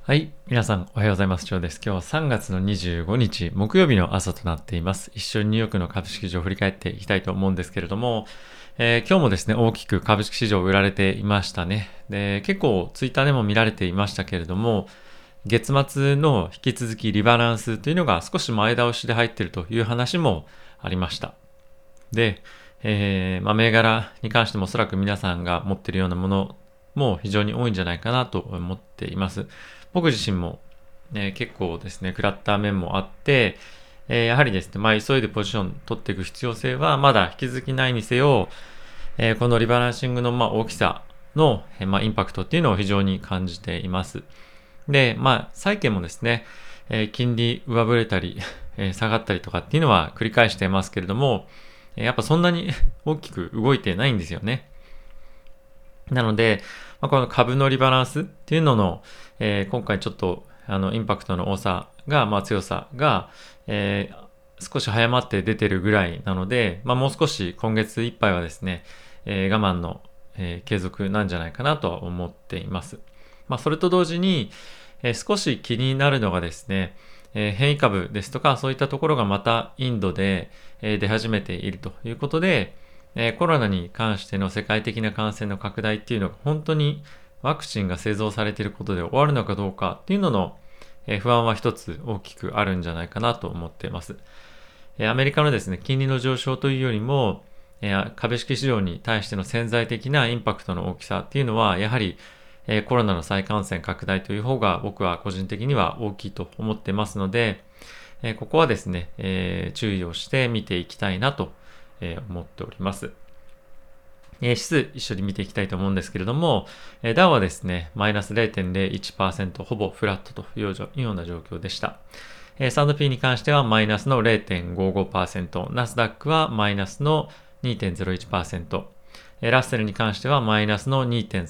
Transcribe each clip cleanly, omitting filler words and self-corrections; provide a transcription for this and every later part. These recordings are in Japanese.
はい。皆さん、おはようございます。ジョーです。今日は3月の25日、木曜日の朝となっています。一緒にニューヨークの株式市場を振り返っていきたいと思うんですけれども、今日もですね、大きく株式市場売られていましたね。で、結構ツイッターでも見られていましたけれども、月末の引き続きリバランスというのが少し前倒しで入っているという話もありました。で、銘柄に関してもおそらく皆さんが持っているようなものも非常に多いんじゃないかなと思っています。僕自身も、結構ですね、食らった面もあって、やはりですね、急いでポジション取っていく必要性はまだ引き続きないにせよ、このリバランシングの大きさの、インパクトっていうのを非常に感じています。で、債券もですね、金利上振れたり、下がったりとかっていうのは繰り返していますけれども、やっぱそんなに大きく動いてないんですよね。なので、この株のリバランスっていうのの、今回ちょっとインパクトの多さが、強さが、少し早まって出てるぐらいなので、もう少し今月いっぱいはですね、我慢の、継続なんじゃないかなとは思っています。それと同時に、少し気になるのがですね、変異株ですとかそういったところがまたインドで、出始めているということで、コロナに関しての世界的な感染の拡大っていうのが本当にワクチンが製造されていることで終わるのかどうかっていうのの不安は一つ大きくあるんじゃないかなと思っています。アメリカのですね、金利の上昇というよりも、株式市場に対しての潜在的なインパクトの大きさっていうのは、やはりコロナの再感染拡大という方が僕は個人的には大きいと思ってますので、ここはですね、注意をして見ていきたいなと思っております。指数一緒に見ていきたいと思うんですけれども、ダウはですね、マイナス 0.01%、ほぼフラットというような状況でした。S&P に関してはマイナスの 0.55%、ナスダックはマイナスの 2.01%、ラッセルに関してはマイナスの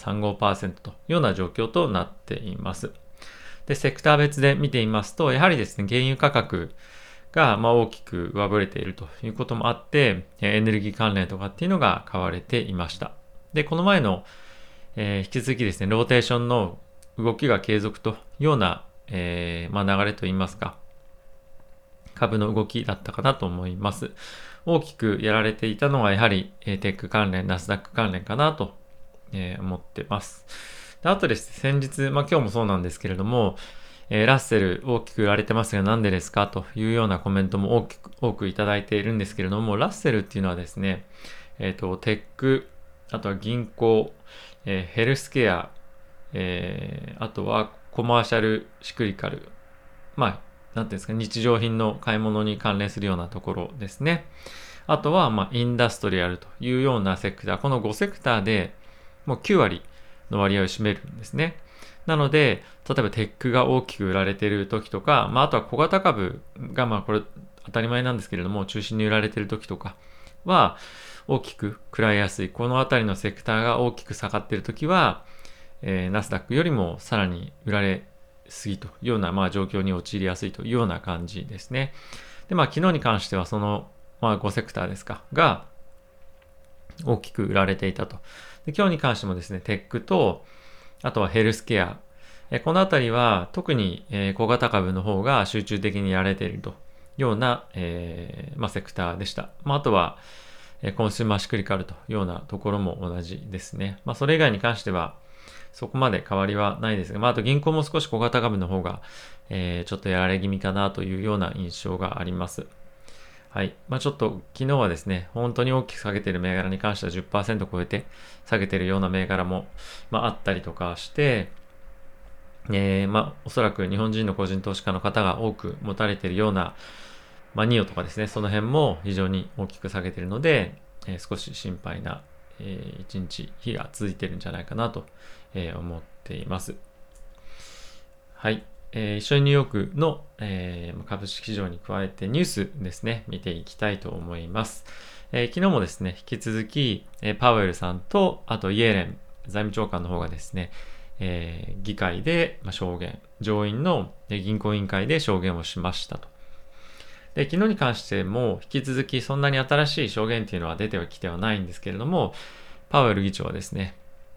2.35% というような状況となっています。で、セクター別で見てみますと、やはりですね、原油価格が大きく上振れているということもあって、エネルギー関連とかっていうのが買われていました。で、この前の、引き続きですね、ローテーションの動きが継続というような、流れといいますか、株の動きだったかなと思います。大きくやられていたのはやはりテック関連、ナスダック関連かなと思ってます。で、あとですね、先日、今日もそうなんですけれども、ラッセル大きく売られてますがなんでですかというようなコメントも多くいただいているんですけれども、ラッセルっていうのはですね、テック、あとは銀行、ヘルスケア、あとはコマーシャルシクリカル、なんていうんですか、日常品の買い物に関連するようなところですね。あとは、インダストリアルというようなセクター、この5セクターでもう9割の割合を占めるんですね。なので、例えばテックが大きく売られている時とか、あとは小型株が、これ当たり前なんですけれども、中心に売られている時とかは、大きく食らいやすい。このあたりのセクターが大きく下がっている時は、ナスダックよりもさらに売られすぎというような、状況に陥りやすいというような感じですね。で、昨日に関してはその、5セクターですか、が大きく売られていたと。で、今日に関してもですね、テックと、あとはヘルスケア。このあたりは特に小型株の方が集中的にやられているというような、セクターでした。あとはコンシューマーシクリカルというようなところも同じですね。それ以外に関してはそこまで変わりはないですが、あと銀行も少し小型株の方が、ちょっとやられ気味かなというような印象があります。はい。ちょっと昨日はですね、本当に大きく下げている銘柄に関しては10%超えて下げているような銘柄も、あったりとかして、おそらく日本人の個人投資家の方が多く持たれているような、ニオとかですね、その辺も非常に大きく下げているので、少し心配な、一日、日が続いているんじゃないかなと、思っています。はい。一緒にニューヨークの、株式市場に加えてニュースですね、見ていきたいと思います。昨日もですね、引き続き、パウエルさんと、あとイエレン財務長官の方がですね、議会で証言、上院の銀行委員会で証言をしましたと。で、昨日に関しても引き続きそんなに新しい証言っていうのは出てはきてはないんですけれども、パウエル議長はですね、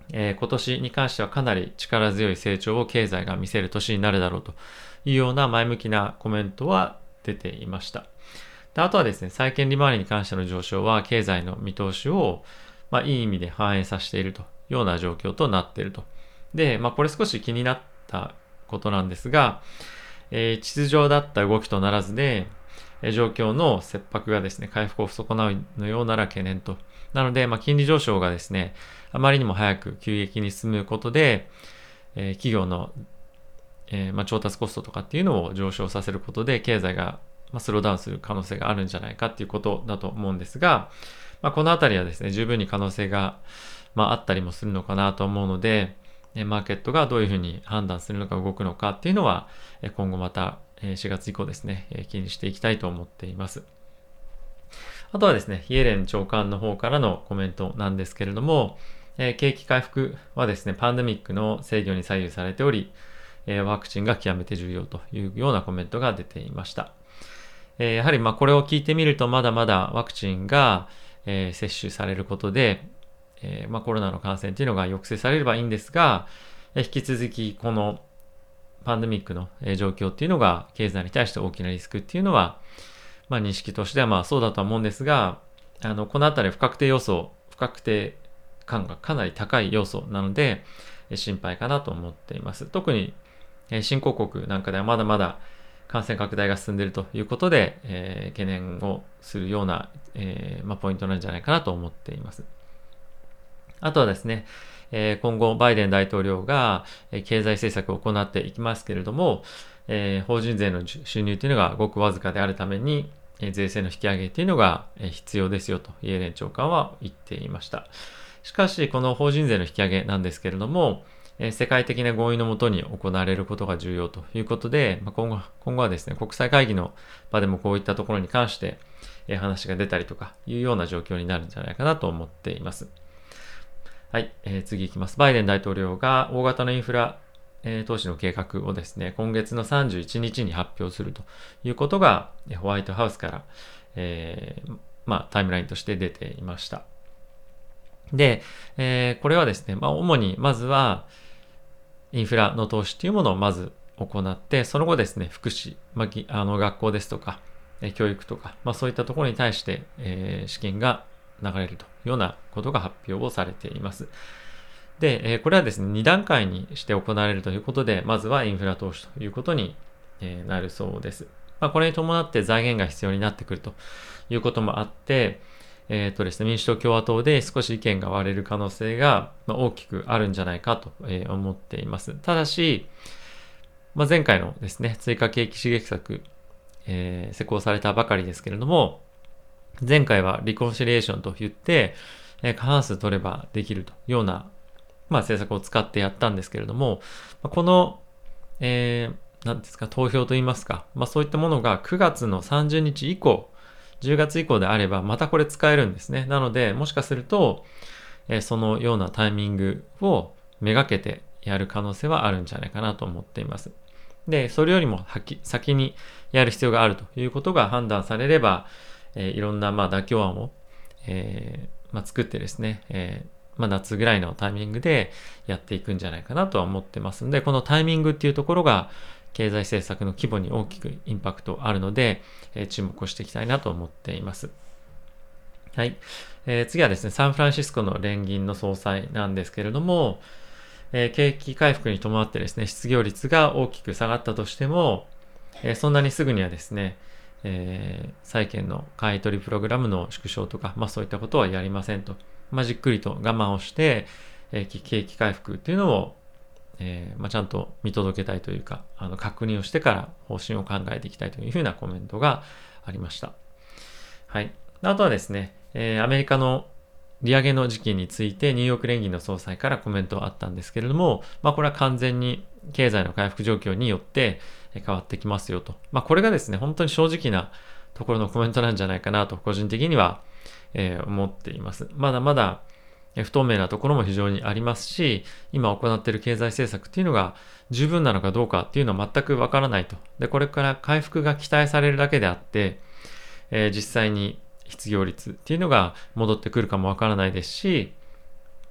今年に関してはかなり力強い成長を経済が見せる年になるだろうというような前向きなコメントは出ていました。で、あとはですね、債券利回りに関しての上昇は経済の見通しを、いい意味で反映させているというような状況となっていると。で、これ少し気になったことなんですが、秩序だった動きとならずで、状況の切迫がですね、回復を損なうのようなら懸念と。なので、金利上昇がですね、あまりにも早く急激に進むことで、企業の、調達コストとかっていうのを上昇させることで、経済がスローダウンする可能性があるんじゃないかっていうことだと思うんですが、このあたりはですね、十分に可能性が、あったりもするのかなと思うので、マーケットがどういうふうに判断するのか動くのかっていうのは、今後また4月以降ですね、気にしていきたいと思っています。あとはですね、イエレン長官の方からのコメントなんですけれども、景気回復はですね、パンデミックの制御に左右されており、ワクチンが極めて重要というようなコメントが出ていました。やはりこれを聞いてみるとまだまだワクチンが、接種されることで、コロナの感染というのが抑制されればいいんですが、引き続きこのパンデミックの状況っていうのが経済に対して大きなリスクっていうのは、認識としてはそうだとは思うんですが、このあたり不確定感がかなり高い要素なので、心配かなと思っています。特に新興国なんかではまだまだ感染拡大が進んでいるということで、懸念をするような、ポイントなんじゃないかなと思っています。あとはですね、今後バイデン大統領が経済政策を行っていきますけれども、法人税の収入というのがごくわずかであるために、税制の引き上げというのが必要ですよとイエレン長官は言っていました。しかし、この法人税の引き上げなんですけれども、世界的な合意のもとに行われることが重要ということで、今後はですね、国際会議の場でもこういったところに関して話が出たりとかいうような状況になるんじゃないかなと思っています。はい、次いきます。バイデン大統領が大型のインフラ、投資の計画をですね、今月の31日に発表するということが、ホワイトハウスから、タイムラインとして出ていました。で、これはですね、主にまずはインフラの投資というものをまず行って、その後ですね、福祉、学校ですとか、教育とか、そういったところに対して、資金が流れるというようなことが発表をされています。で、これはですね、2段階にして行われるということで、まずはインフラ投資ということになるそうです。これに伴って財源が必要になってくるということもあって、ですね、民主党共和党で少し意見が割れる可能性が大きくあるんじゃないかと思っています。ただし、前回のですね、追加景気刺激策、施行されたばかりですけれども、前回はリコンシリエーションといって、過半数取ればできるというような、政策を使ってやったんですけれども、この、何ですか、投票といいますか、そういったものが9月の30日以降、10月以降であれば、またこれ使えるんですね。なので、もしかすると、そのようなタイミングをめがけてやる可能性はあるんじゃないかなと思っています。で、それよりも先にやる必要があるということが判断されれば、いろんな妥協案を、作ってですね、夏ぐらいのタイミングでやっていくんじゃないかなとは思ってますので、このタイミングっていうところが経済政策の規模に大きくインパクトあるので、注目をしていきたいなと思っています。はい。次はですね、サンフランシスコの連銀の総裁なんですけれども、景気回復に伴ってですね、失業率が大きく下がったとしても、そんなにすぐにはですね、債券の買い取りプログラムの縮小とか、そういったことはやりませんと。じっくりと我慢をして、景気回復っていうのを、ちゃんと見届けたいというか、確認をしてから方針を考えていきたいというふうなコメントがありました。はい。あとはですね、アメリカの利上げの時期についてニューヨーク連銀の総裁からコメントがあったんですけれども、これは完全に経済の回復状況によって変わってきますよと。これがですね、本当に正直なところのコメントなんじゃないかなと個人的には、思っています。まだまだ不透明なところも非常にありますし、今行っている経済政策っていうのが十分なのかどうかっていうのは全くわからないと。で、これから回復が期待されるだけであって、実際に失業率っていうのが戻ってくるかもわからないですし、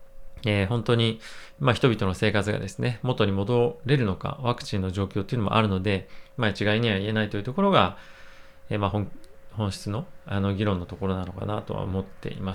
本当に、人々の生活がですね、元に戻れるのか、ワクチンの状況っていうのもあるので、一概には言えないというところが、本質の議論のところなのかなとは思っています。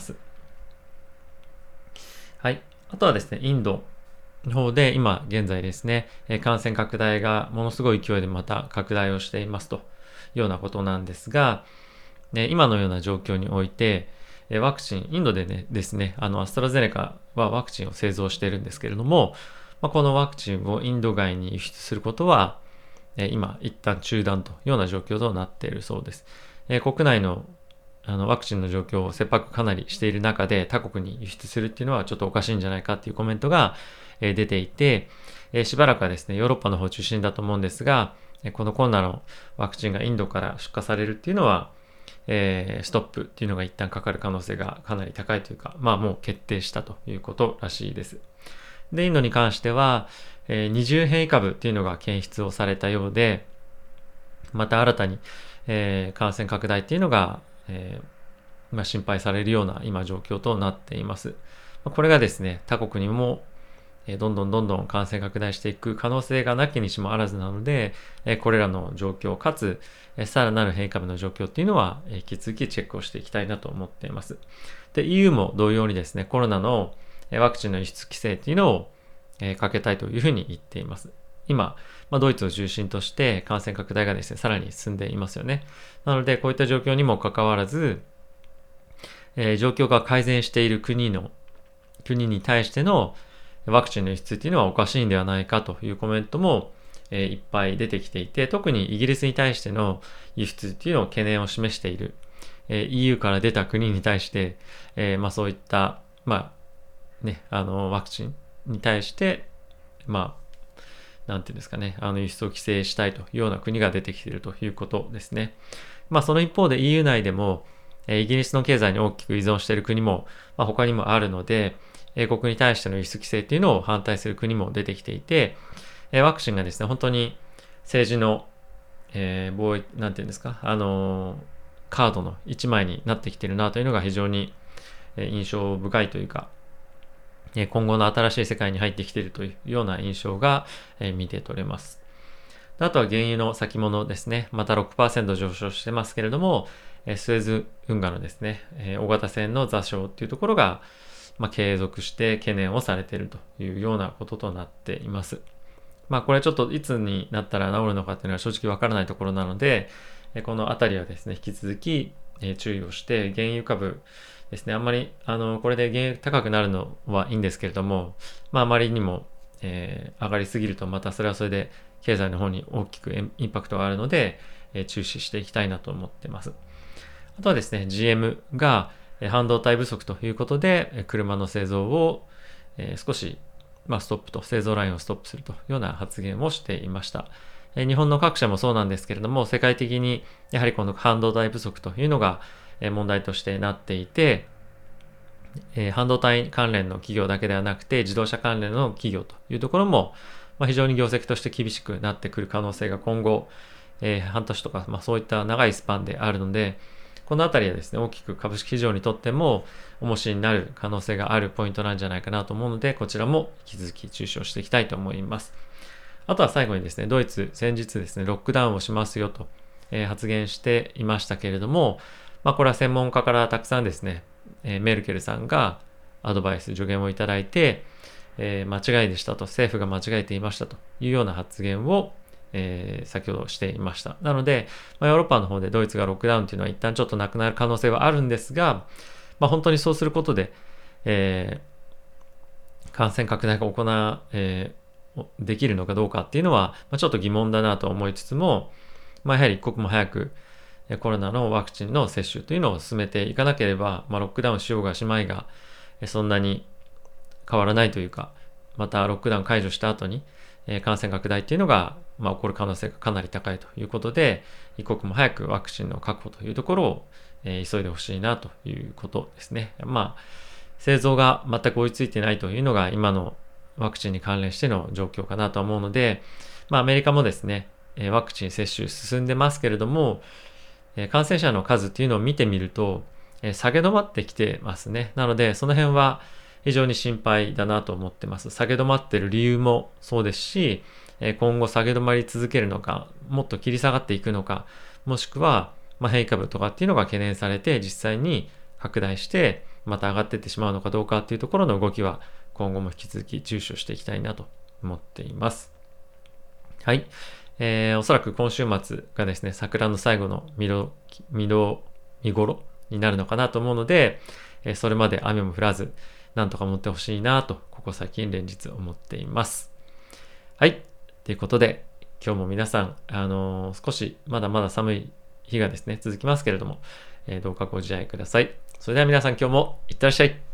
はい。あとはですね、インドの方で今現在ですね、感染拡大がものすごい勢いでまた拡大をしていますというようなことなんですが、今のような状況において、ワクチン、インドでねですね、アストラゼネカはワクチンを製造しているんですけれども、このワクチンをインド外に輸出することは、今一旦中断というような状況となっているそうです。国内のワクチンの状況を切迫かなりしている中で他国に輸出するっていうのはちょっとおかしいんじゃないかっていうコメントが出ていて、しばらくはですね、ヨーロッパの方中心だと思うんですが、このコロナのワクチンがインドから出荷されるっていうのは、ストップっていうのが一旦かかる可能性がかなり高いというか、もう決定したということらしいです。で、インドに関しては、二重変異株っていうのが検出をされたようで、また新たに、感染拡大っていうのが、心配されるような今状況となっています。これがですね、他国にもどんどん感染拡大していく可能性がなきにしもあらずなので、これらの状況かつさらなる変異株の状況っていうのは引き続きチェックをしていきたいなと思っています。で、EU も同様にですね、コロナのワクチンの輸出規制っていうのをかけたいというふうに言っています。今、ドイツを中心として感染拡大がですね、さらに進んでいますよね。なので、こういった状況にもかかわらず、状況が改善している国に対してのワクチンの輸出っていうのはおかしいんではないかというコメントも、いっぱい出てきていて、特にイギリスに対しての輸出っていうのを懸念を示している、EU から出た国に対して、そういった、ワクチンに対して、なんていうんですかね、輸出を規制したいというような国が出てきているということですね。その一方で EU 内でも、イギリスの経済に大きく依存している国も、他にもあるので、英国に対しての輸出規制っていうのを反対する国も出てきていて、ワクチンがですね、本当に政治の、なんていうんですか、カードの一枚になってきているなというのが非常に印象深いというか、今後の新しい世界に入ってきているというような印象が見て取れます。あとは原油の先物ですね。また 6% 上昇してますけれども、スエズ運河のですね、大型船の座礁っていうところが、継続して懸念をされているというようなこととなっています。これちょっといつになったら治るのかっていうのは正直わからないところなので、このあたりはですね、引き続き注意をして、原油株ですね、あんまり、これで原油高くなるのはいいんですけれども、あまりにも、上がりすぎるとまたそれはそれで経済の方に大きくインパクトがあるので、注視していきたいなと思っています。あとはですね、GM が半導体不足ということで、車の製造を少しストップと、製造ラインをストップするというような発言をしていました。日本の各社もそうなんですけれども、世界的にやはりこの半導体不足というのが問題としてなっていて、半導体関連の企業だけではなくて、自動車関連の企業というところも、非常に業績として厳しくなってくる可能性が今後、半年とか、そういった長いスパンであるので、このあたりはですね、大きく株式市場にとっても重しになる可能性があるポイントなんじゃないかなと思うので、こちらも引き続き注視をしていきたいと思います。あとは最後にですね、ドイツ、先日ですね、ロックダウンをしますよと、発言していましたけれども、これは専門家からたくさんですね、メルケルさんがアドバイス、助言をいただいて、間違いでしたと、政府が間違えていましたというような発言を、先ほどしていました。なので、ヨーロッパの方でドイツがロックダウンというのは一旦ちょっとなくなる可能性はあるんですが、本当にそうすることで、感染拡大ができるのかどうかっていうのは、ちょっと疑問だなと思いつつも、やはり一刻も早くコロナのワクチンの接種というのを進めていかなければ、ロックダウンしようがしまいが、そんなに変わらないというか、またロックダウン解除した後に、感染拡大っていうのが、起こる可能性がかなり高いということで、一刻も早くワクチンの確保というところを、急いでほしいなということですね。製造が全く追いついてないというのが今のワクチンに関連しての状況かなと思うので、アメリカもですね、ワクチン接種進んでますけれども、感染者の数っていうのを見てみると、下げ止まってきてますね。なので、その辺は、 非常に心配だなと思ってます。下げ止まってる理由もそうですし、今後下げ止まり続けるのか、もっと切り下がっていくのか、もしくは、変異株とかっていうのが懸念されて実際に拡大してまた上がっていってしまうのかどうかっていうところの動きは今後も引き続き重視をしていきたいなと思っています。はい。おそらく今週末がですね、桜の最後の見頃になるのかなと思うので、それまで雨も降らず、なんとか持ってほしいなと、ここ最近連日思っています。はい。ということで、今日も皆さん、少しまだまだ寒い日がですね、続きますけれども、どうかご自愛ください。それでは皆さん今日もいってらっしゃい。